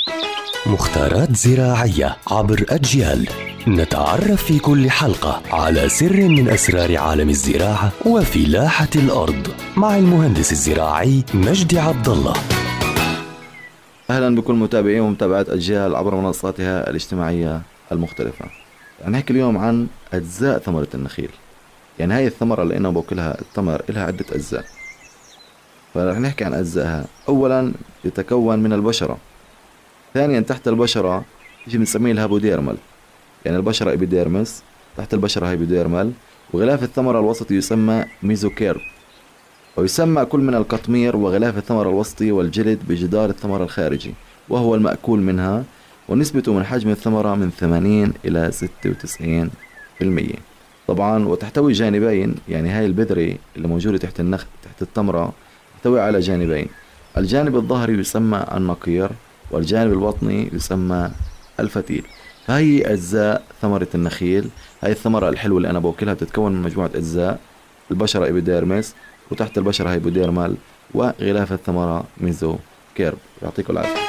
مختارات زراعية عبر أجيال، نتعرف في كل حلقة على سر من أسرار عالم الزراعة وفلاحة الأرض مع المهندس الزراعي مجدي عبد الله. أهلا بكل متابعين ومتابعات أجيال عبر منصاتها الاجتماعية المختلفة. نحكي اليوم عن أجزاء ثمرة النخيل. يعني هاي الثمرة اللي أنا باكلها، التمر إلها عدة أجزاء، فرح نحكي عن أجزائها. أولا يتكون من البشرة، ثانيا تحت البشرة شيء بنسميه الهابوديرمال، يعني البشرة إبيديرمس، تحت البشرة هايبوديرمال، وغلاف الثمرة الوسطي يسمى ميزوكيرب، ويسمى كل من القطمير وغلاف الثمرة الوسطي والجلد بجدار الثمرة الخارجي، وهو المأكول منها، ونسبته من حجم الثمرة من 80 إلى 96%. طبعا وتحتوي جانبين، يعني هاي البذرة اللي موجودة تحت تحت التمرة تحتوي على جانبين، الجانب الظهري يسمى النقير، والجانب البطني يسمى الفتيل. فهي أجزاء ثمرة النخيل. هاي الثمرة الحلوة اللي أنا باكلها بتتكون من مجموعة أجزاء: البشرة إبيديرمس، وتحت البشرة هايبوديرمال، وغلاف الثمرة ميزو كيرب. يعطيكم العافية.